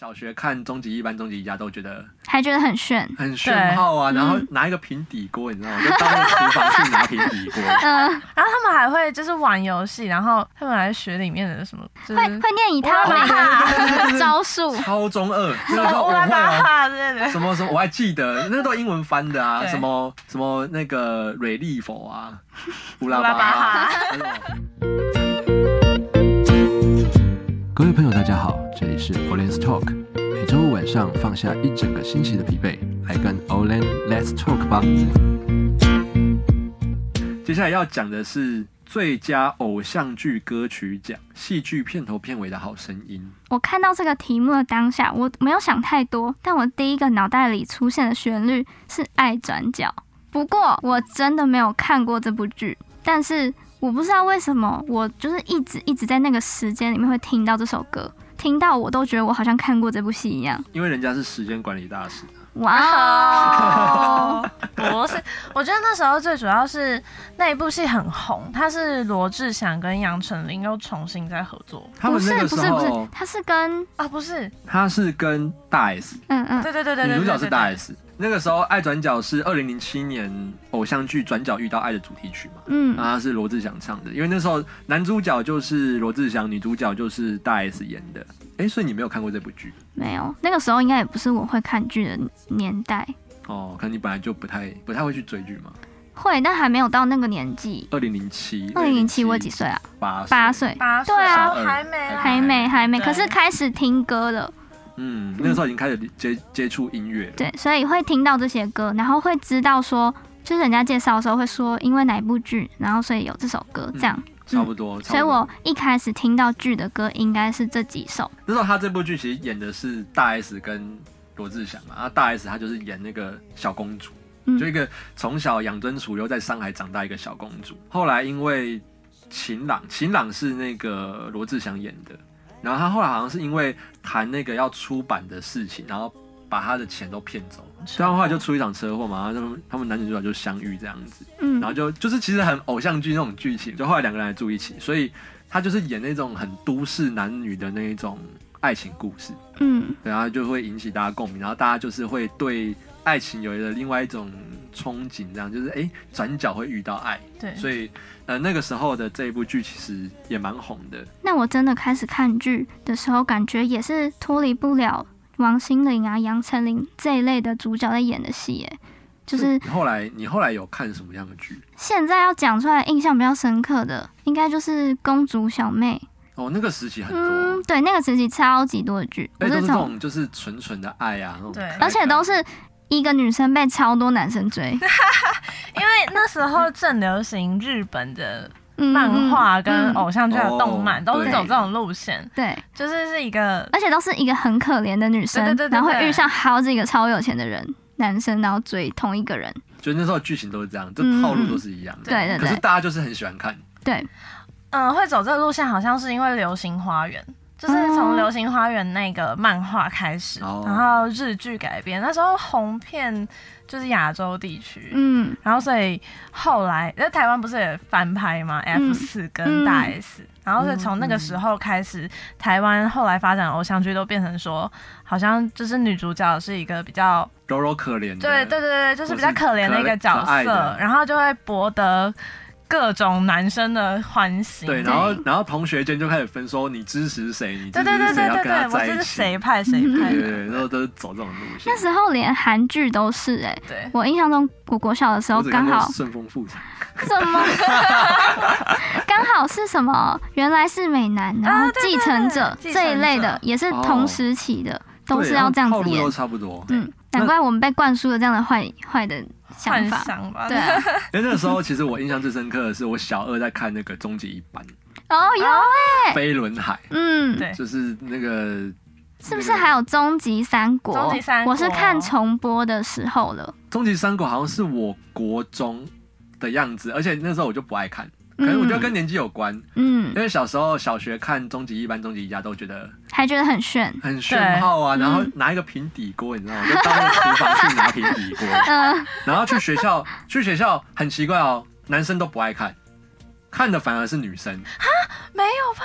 小学看终极一班、终极一家都还觉得很炫炮啊，然后拿一个平底锅，你知道吗？就到那个厨房去拿平底锅。 然后他们还会就是玩游戏，然后他们还学里面的什么，就是、 会念以他们招数， 超中二， 什么乌拉巴哈之类的， 什么我还记得，那都英文翻的啊，什么那个蕊利佛啊，乌拉巴哈。 各位朋友，大家好，这里是 Olen's Talk， 每周五晚上放下一整个星期的疲惫，来跟 Olen Let's Talk 吧。 接下来要讲的是最佳偶像剧歌曲奖，戏剧片头片尾的好声音。 我看到这个题目的当下，我没有想太多，但我第一个脑袋里出现的旋律是《爱转角》。不过我真的没有看过这部剧，但是我不知道为什么，我就是一直在那个时间里面会听到这首歌，听到我都觉得我好像看过这部戏一样。 因为人家是时间管理大师。 哇哦！ 不是，我觉得那时候最主要是那一部戏很红，它是罗志祥跟杨丞琳又重新再合作。 他们那个时候不是，他是跟不是， 他是跟大 S。 对， 女主角是大 S。那个时候《爱转角》是2007年偶像剧《转角遇到爱》的主题曲嘛，然后是罗志祥唱的，因为那时候男主角就是罗志祥，女主角就是大 S 演的。所以你没有看过这部剧？ 没有，那个时候应该也不是我会看剧的年代。 可能你本来就不太会去追剧嘛。 会，但还没有到那个年纪。 2007 我几岁啊 ？8岁。 对啊，还没。可是开始听歌了。 那个时候已经开始接触音乐了。 对，所以会听到这些歌，然后会知道说，就是人家介绍的时候会说，因为哪一部剧，然后所以有这首歌这样。 差不多。 所以我一开始听到剧的歌应该是这几首。 那时候他这部剧其实演的是大 S 跟罗志祥嘛，大 S 他就是演那个小公主，就一个从小养尊处优在上海长大一个小公主。后来因为晴朗是那个罗志祥演的，然后他后来好像是因为谈那个要出版的事情，然后把他的钱都骗走，这样后来就出一场车祸嘛，然后他们男女主角就相遇这样子，然后就是其实很偶像剧那种剧情，就后来两个人来住一起，所以他就是演那种很都市男女的那一种爱情故事，然后就会引起大家共鸣，然后大家就是会对爱情有了另外一种憧憬，这样就是转角会遇到爱，对，所以那个时候的这一部剧其实也蛮红的。那我真的开始看剧的时候，感觉也是脱离不了王心凌啊、杨丞琳这一类的主角在演的戏，就是你后来有看什么样的剧？ 现在要讲出来印象比较深刻的，应该就是《公主小妹》。 那个时期很多， 对，那个时期超级多的剧， 都是这种就是纯纯的爱啊， 对，而且都是一个女生被超多男生追，因为那时候正流行日本的漫画跟偶像剧的动漫都是走这种路线， 对， 就是一个， 而且都是一个很可怜的女生，然后会遇上好几个超有钱的男生，然后追同一个人。 就那时候剧情都是这样，这套路都是一样的， 对。 可是大家就是很喜欢看， 对， 会走这个路线，好像是因为《流星花园》。就是从《流星花园》那个漫画开始，然后日剧改编，那时候红遍就是亚洲地区，然后所以后来台湾不是也翻拍吗？F4跟大 S，然后所以从那个时候开始，台湾后来发展偶像剧都变成说，好像就是女主角是一个比较柔可怜的， 对，就是比较可怜的一个角色，然后就会博得各种男生的欢心， 对，然后同学间就开始分说你支持谁，你支持谁要跟他在一起， 我支持谁派，对， 然后都是走这种路线。 那时候连韩剧都是对，我印象中我国小的时候刚好顺风妇产， 什么刚好是什么原来是美男，然后继承者这一类的，也是同时期的，都是要这样子演， 套路都差不多， 难怪我们被灌输了这样的坏的想法吧？ 对啊， 因为那个时候其实我印象最深刻的是我小2在看那个终极一班， 有飞轮海， 对， 就是那个是不是还有终极三国？我是看重播的时候了。 终极三国好像是我国中的样子，而且那时候我就不爱看。可能我觉得跟年纪有关，因为小时候小学看终极一班、终极一家都还觉得很炫炮啊，然后拿一个平底锅，你知道吗？就到那个厨房去拿平底锅，然后去学校很奇怪男生都不爱看，看的反而是女生。 没有吧？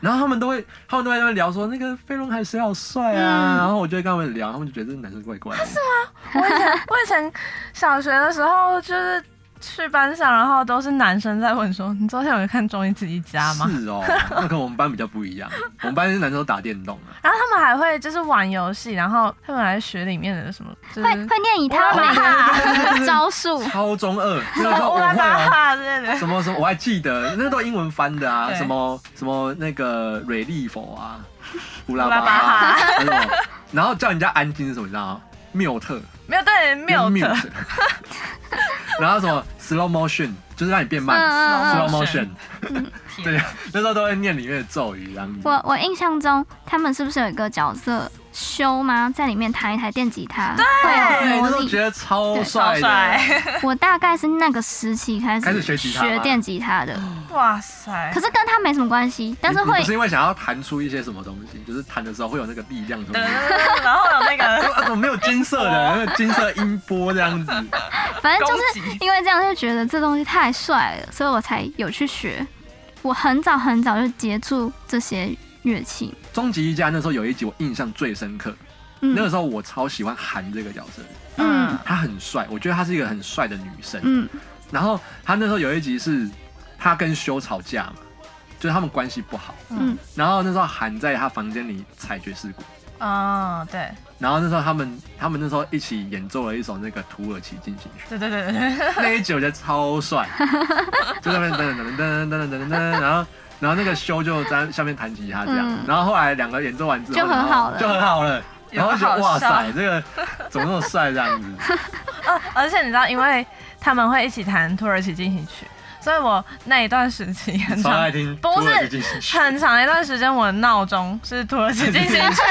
然后他们都会在那边聊说那个飞轮海谁好帅啊，然后我就会跟他们聊，他们就觉得这男生怪怪的。 是吗？我以前小学的时候就是去班上，然后都是男生在问说：“你昨天有看《综艺刺激家》吗？” 是哦，那可能我们班比较不一样，我们班是男生都打电动啊。 然后他们还会就是玩游戏，然后他们还学里面的什么，就是会念以他的招数， 超中二， 什么乌拉巴哈之类的， 什么我还记得，那都英文翻的啊，什么那个蕊利佛啊，乌拉巴哈，然后叫人家安静是什么？你知道吗？缪特， 没有对缪特。 然后什么 slow motion 就是让你变慢 ，slow motion， 对，那时候都会念里面的咒语。 我印象中他们是不是有一个角色修吗？在里面弹一台电吉他， 对，那时候觉得超帅的。 我大概是那个时期开始学电吉他的。 哇塞！ 可是跟他没什么关系，但是会不是因为想要弹出一些什么东西，就是弹的时候会有那个力量， 然后有那个怎么没有金色的，那个金色音波这样子。 反正就是因为这样就觉得这东西太帅了，所以我才有去学。我很早就接触这些乐器。 终极一家那时候有一集我印象最深刻，那个时候我超喜欢韩这个角色，他很帅，我觉得他是一个很帅的女生，然后他那时候有一集是他跟修吵架嘛，就是他们关系不好，然后那时候韩在他房间里踩爵士鼓， 对， 然后那时候他们那时候一起演奏了一首那个土耳其进行曲， 对， 那一集我觉得超帅，就在那边噔，然后那个修就在下面弹吉他这样，然后后来两个演奏完之后就和好了， 然后就觉得哇塞，这个怎么那么帅这样子？ 而且你知道，因为他们会一起弹土耳其进行曲。所以我那一段时期很长， 爱听土耳其进行曲， 很长一段时间我的闹钟是土耳其进行曲。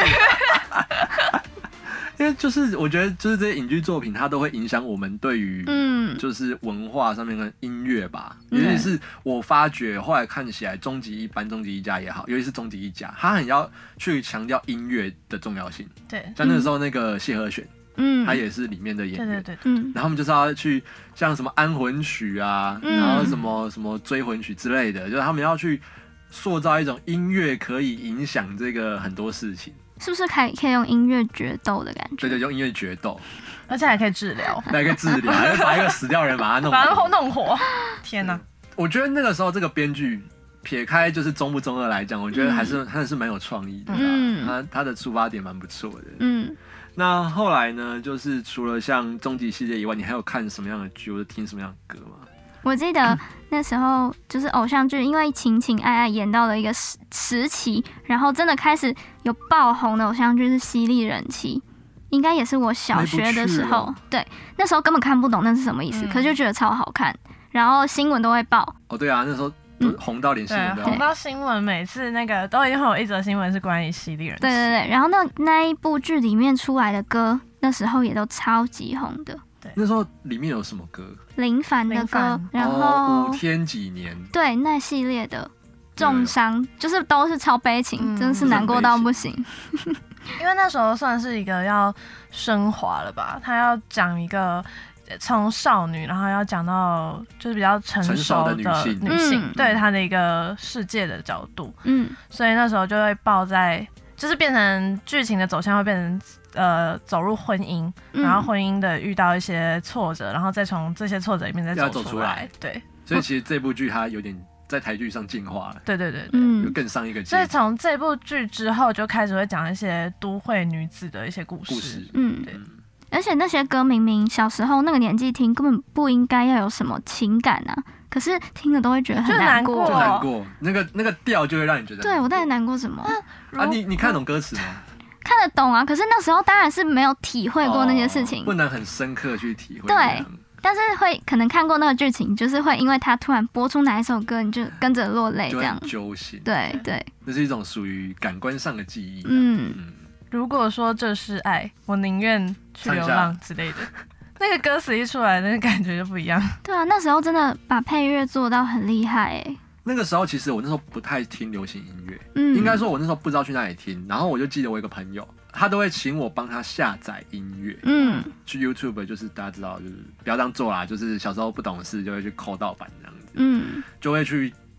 因为就是我觉得就是这些影剧作品，它都会影响我们对于就是文化上面的音乐吧。尤其是我发觉后来看起来，终极一班、终极一家也好，尤其是终极一家，他很要去强调音乐的重要性。 对， 像那时候那个谢和弦。他也是里面的演员， 对， 然后他们就是要去像什么安魂曲啊，然后什么追魂曲之类的，就是他们要去塑造一种音乐可以影响这个很多事情， 是不是可以用音乐决斗的感觉？ 对，用音乐决斗， 而且还可以治疗， 还可以治疗，还把一个死掉人把他弄活，天哪！ 我觉得那个时候这个编剧。撇开就是中不中二来讲，我觉得还是蛮有创意的，他的出发点蛮不错的，那后来呢？就是除了像终极系列以外，你还有看什么样的剧，或者听什么样的歌吗？ 我记得那时候就是偶像剧，因为情情爱爱演到了一个时期，然后真的开始有爆红的偶像剧是犀利人妻，应该也是我小学的时候，对，那时候根本看不懂那是什么意思，可是就觉得超好看，然后新闻都会报。 哦，对啊，那时候。红到连新闻都红到新闻，每次那个都一定会有一则新闻是关于犀利人妻。 对，然后那一部剧里面出来的歌，那时候也都超级红的。 对， 那时候里面有什么歌？ 林凡的歌，然后 5天几年， 对，那系列的重伤，就是都是超悲情，真是难过到不行。 因为那时候算是一个要升华了吧，他要讲一个。从少女，然后要讲到就是比较成熟的女性，对她的一个世界的角度，所以那时候就会抱在，就是变成剧情的走向会变成走入婚姻，然后婚姻的遇到一些挫折，然后再从这些挫折里面再走出来，对。 所以其实这部剧它有点在台剧上进化了， 对， 有更上一个阶段。所以从这部剧之后就开始会讲一些都会女子的一些故事，对。 而且那些歌明明小时候那个年纪听根本不应该要有什么情感啊，可是听了都会觉得很难过， 就难过，那个调就会让你觉得。 对，我到底难过什么？ 你看得懂歌词吗？ 看得懂啊，可是那时候当然是没有体会过那些事情， 不能很深刻去体会。 对，但是会可能看过那个剧情，就是会因为他突然播出哪一首歌，你就跟着落泪，这样揪心。 对， 这是一种属于感官上的记忆。 如果说这是爱，我宁愿去流浪之类的。那个歌词一出来，那个感觉就不一样。 对啊，那时候真的把配乐做到很厉害哎。 那个时候其实我那时候不太听流行音乐，应该说我那时候不知道去哪里听。然后我就记得我有个朋友，他都会请我帮他下载音乐，去 YouTube 就是大家知道就是不要这样做啦，就是小时候不懂事就会去抠盗版这样子，就会去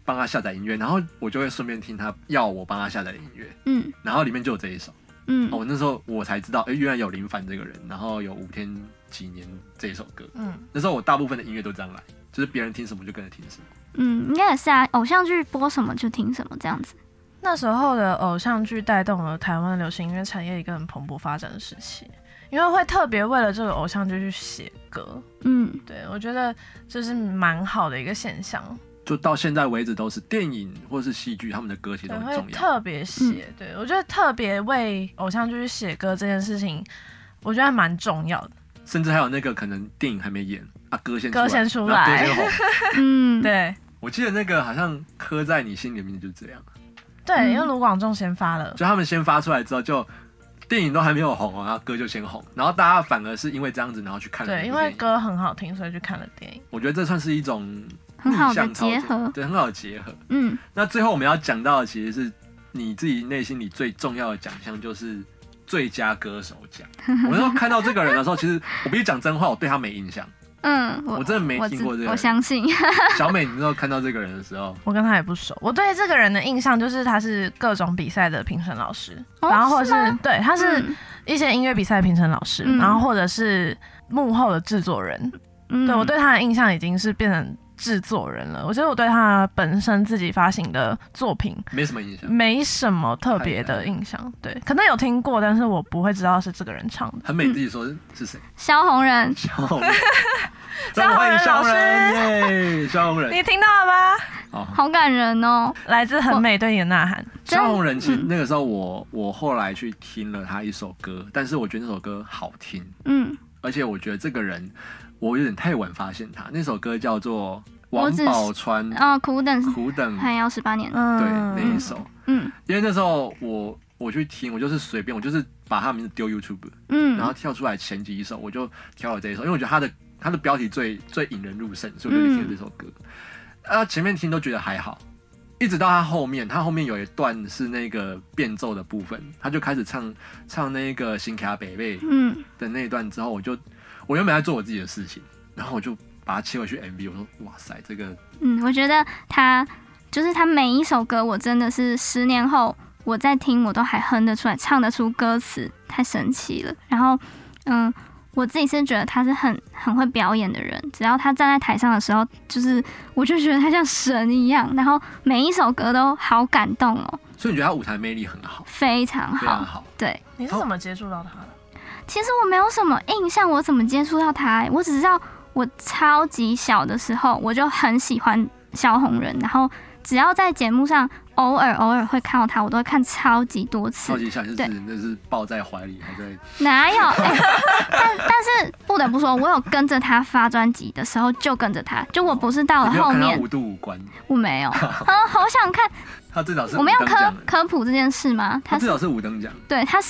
帮他下载音乐，然后我就会顺便听他要我帮他下载的音乐，然后里面就有这一首，我那时候我才知道，原来有林凡这个人，然后有5天几年这一首歌，那时候我大部分的音乐都这样来，就是别人听什么就跟着听什么。 应该也是啊，偶像剧播什么就听什么这样子。 那时候的偶像剧带动了台湾流行音乐产业一个很蓬勃发展的时期，因为会特别为了这个偶像剧去写歌。对，我觉得这是蛮好的一个现象。 就到现在为止，都是电影或是戏剧，他们的歌其实都很重要。 特别写，对，我觉得特别为偶像剧去写歌这件事情，我觉得还蛮重要的。 甚至还有那个可能电影还没演啊，歌先出来， 歌先红。 对。 我记得那个好像刻在你心里面就是这样。 对，因为卢广仲先发了， 就他们先发出来之后，就电影都还没有红然后歌就先红，然后大家反而是因为这样子，然后去看了。对， 因为歌很好听，所以去看了电影。 我觉得这算是一种很好的结合， 对，很好的结合。那最后我们要讲到的其实是你自己内心里最重要的奖项，就是最佳歌手奖。我那时候看到这个人的时候，其实我必须讲真话，我对他没印象。我真的没听过这个人。 我相信。 小美，你那时候看到这个人的时候， 我跟他也不熟。我对这个人的印象就是他是各种比赛的评审老师，然后或者是对，他是一些音乐比赛的评审老师，然后或者是幕后的制作人。对，我对他的印象已经是变成制作人了。我觉得我对他本身自己发行的作品没什么印象， 没什么特别的印象。对，可能有听过，但是我不会知道是这个人唱的。 很美自己说是谁？ 萧红人。 萧红人，欢迎萧红人耶！萧红人， 你听到了吗？ 好感人哦， 来自很美对你的呐喊。 萧红人其实那个时候我后来去听了他一首歌，但是我觉得那首歌好听，而且我觉得这个人我有点太晚发现他。那首歌叫做王宝钏苦等还要18年， 对，那一首，因为那时候我去听，我就是随便，我就是把他的名字丢 YouTube，然后跳出来前几首，我就挑了这一首，因为我觉得他的标题最引人入胜，所以我就听了这首歌。前面听都觉得还好，一直到他后面有一段是那个变奏的部分，他就开始唱那个新卡北贝的那一段之后，我原本在做我自己的事情，然后我就把它切回去 MV， 我说哇塞，这个我觉得他每一首歌，我真的是10年后我在听，我都还哼得出来，唱得出歌词，太神奇了。然后我自己是觉得他是很会表演的人，只要他站在台上的时候，我就觉得他像神一样，然后每一首歌都好感动哦。 所以你觉得他舞台魅力很好？ 非常好， 非常好。 对， 你是怎么接触到他的？ 其实我没有什么印象，我怎么接触到他？我只知道我超级小的时候，我就很喜欢萧红人，然后只要在节目上偶尔会看到他，我都会看超级多次。 超级像就是那是抱在怀里，还在哪有？但是不得不说，我有跟着他发专辑的时候就跟着他，就我不是到了后面。 你没有看到5度5关？ 我没有，好想看。 他最早是我们要科普这件事吗？ 他最早是5等奖， 对他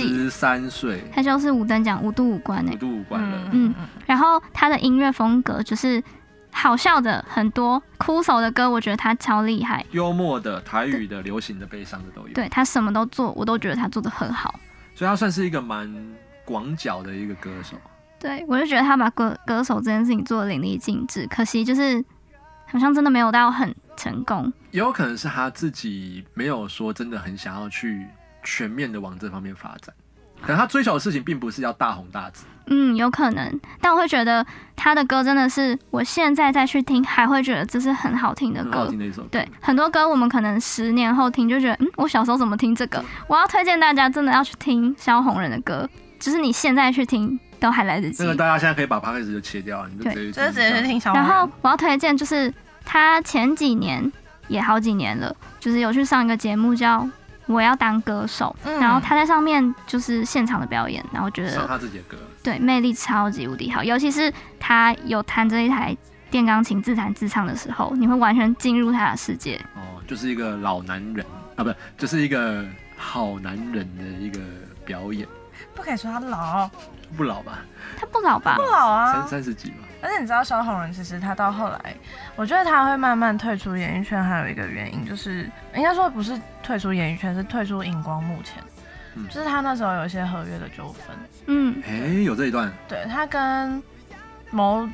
13 岁， 他就是5等奖5度5关 5度5关了。 然后他的音乐风格就是好笑的很多，哭手的歌我觉得他超厉害， 幽默的、台语的、流行的、悲伤的都有。 对，他什么都做，我都觉得他做得很好， 所以他算是一个蛮广角的一个歌手。 对，我就觉得他把歌手这件事情做得淋漓尽致，可惜就是好像真的没有到很成功。 也有可能是他自己没有说真的很想要去全面的往这方面发展，可能他追求的事情并不是要大红大紫。 有可能，但我会觉得他的歌真的是我现在再去听还会觉得这是很好听的歌， 很好听的一首歌。 对，很多歌我们可能10年后听就觉得我小时候怎么听这个。我要推荐大家真的要去听萧红人的歌，就是你现在去听都还来得及。 那个大家现在可以把 podcast 就切掉，你就直接去听萧红人。 然后我要推荐就是他前几年也好几年了，就是有去上一个节目叫我要当歌手，然后他在上面就是现场的表演，然后觉得唱他自己的歌， 对，魅力超级无敌好，尤其是他有弹着一台电钢琴自弹自唱的时候，你会完全进入他的世界。 就是一个老男人啊，不，就是一个好男人的一个表演。 不可以说他老， 不老吧？ 他不老吧？ 不老啊 ，30几吧。 而且你知道萧红人其实他到后来，我觉得他会慢慢退出演艺圈，还有一个原因就是应该说不是退出演艺圈，是退出荧光幕前。就是他那时候有一些合约的纠纷。 有这一段。 对，他跟某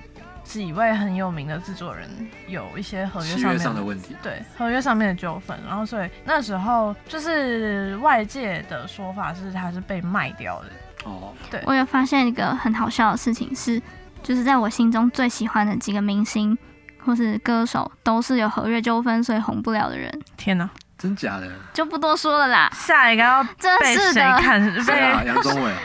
几位很有名的制作人有一些合约上的问题， 对，合约上面的纠纷，然后所以那时候就是外界的说法是他是被卖掉的。 哦， 对， 我有发现一个很好笑的事情是，就是在我心中最喜欢的几个明星或是歌手都是有合约纠纷所以红不了的人。 天哪！ 真假的？ 就不多说了啦。 下一个要被谁看？ 被杨宗纬。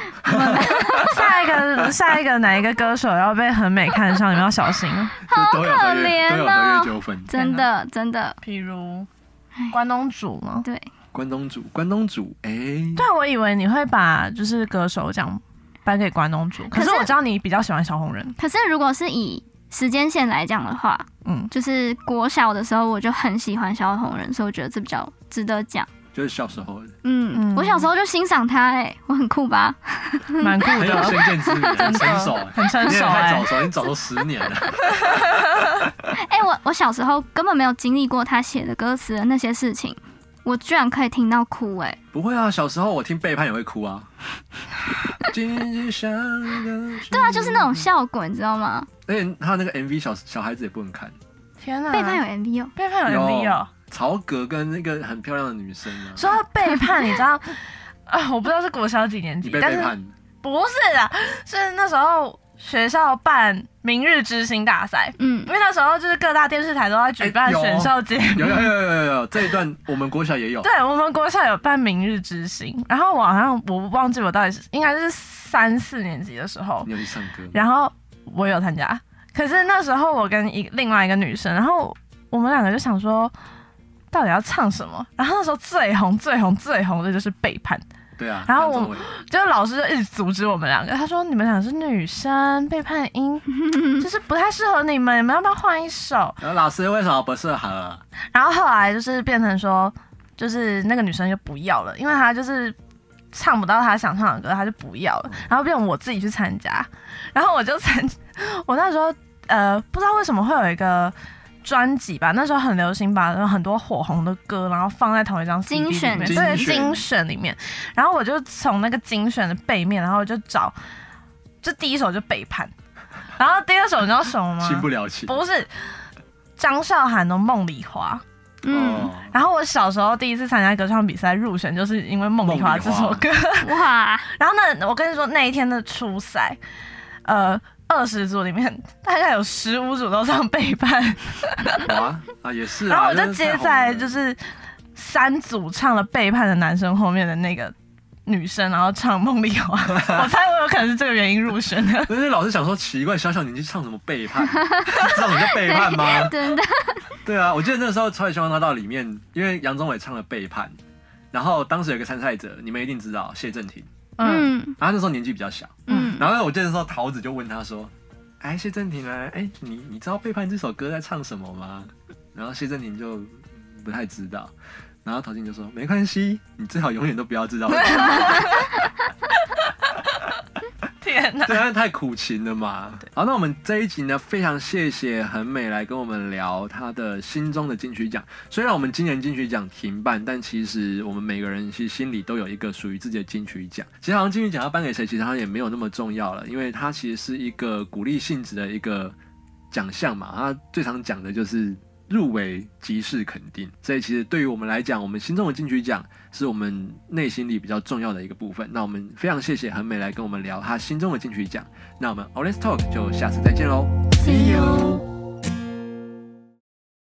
下一个哪一个歌手要被很美看上？你们要小心哦。 好可怜哦， 都有合约纠纷。 真的真的。 譬如关东煮吗？ 对。 关东煮， 对，我以为你会把就是歌手奖颁给关东煮，可是我知道你比较喜欢小红人。 可是如果是以时间线来讲的话，就是国小的时候我就很喜欢小红人，所以我觉得这比较值得讲。 就是小时候的， 我小时候就欣赏他，我很酷吧？ 蛮酷的， 很有先见之明，很成熟， 很成熟， 你也太早熟，你早都10年了。 我小时候根本没有经历过他写的歌词的那些事情，我居然可以听到哭不会啊，小时候我听背叛也会哭啊。对啊，就是那种效果，你知道吗？ 而且他那个 MV 小孩子也不能看。 天哪， 背叛有 MV 哦， 背叛有 MV 哦。 曹格跟那个很漂亮的女生啊。 说到背叛，你知道我不知道是国小几年级， 你被背叛？ 不是啊，是那时候学校办明日之星大赛，因为那时候就是各大电视台都在举办选秀节目， 有这一段我们国小也有， 对，我们国小有办明日之星，然后我忘记我到底是应该是3、4年级的时候， 你有去唱歌， 然后我有参加，可是那时候我跟另外一个女生，然后我们2个就想说到底要唱什么，然后那时候最红的就是背叛。 对啊， 然后就是老师就一直阻止我们2个，他说你们俩是女生，背叛音就是不太适合你们要不要换一首？ 然后老师为什么不适合？ 然后后来就是变成说，就是那个女生就不要了，因为她就是唱不到她想唱的歌，她就不要了。然后变成我自己去参加，然后我那时候不知道为什么会有一个专辑吧，那时候很流行把很多火红的歌，然后放在同一张 CD 里面，对，精选里面。然后我就从那个精选的背面，然后我就找，就第一首就背叛，然后第2首你知道什么吗？ 亲不了情， 不是张韶涵的《梦里花》。然后我小时候第一次参加歌唱比赛入选，就是因为《梦里花》这首歌。 哇！ 然后我跟你说那一天的初赛，20组里面大概有15组都唱背叛。 哇啊，也是啊。 然后我就接在就是3组唱了背叛的男生后面的那个女生，然后唱梦里花。我猜我有可能是这个原因入选的。 但是老师想说奇怪，小年纪唱什么背叛？知道什么叫背叛吗？ 真的。 对啊，我记得那时候超级希望他到里面，因为杨宗纬唱了背叛，然后当时有一个参赛者，你们一定知道谢震廷。然后那时候年纪比较小，然后我记得那时候桃子就问他说：“哎，谢震廷啊，哎，你知道《背叛》这首歌在唱什么吗？”然后谢震廷就不太知道，然后陶晶就说：“没关系，你最好永远都不要知道。” 天哪， 对，因为太苦情了嘛。好，那我们这一集呢，非常谢谢很美来跟我们聊她的心中的金曲奖。虽然我们今年金曲奖停办，但其实我们每个人其实心里都有一个属于自己的金曲奖。其实好像金曲奖要颁给谁，其实它也没有那么重要了，因为它其实是一个鼓励性质的一个奖项嘛。它最常讲的就是入围即是肯定，所以其实对于我们来讲，我们心中的金曲奖是我们内心里比较重要的一个部分。那我们非常谢谢很美来跟我们聊她心中的金曲奖。那我们 Olen's Talk 就下次再见喽 ，See you。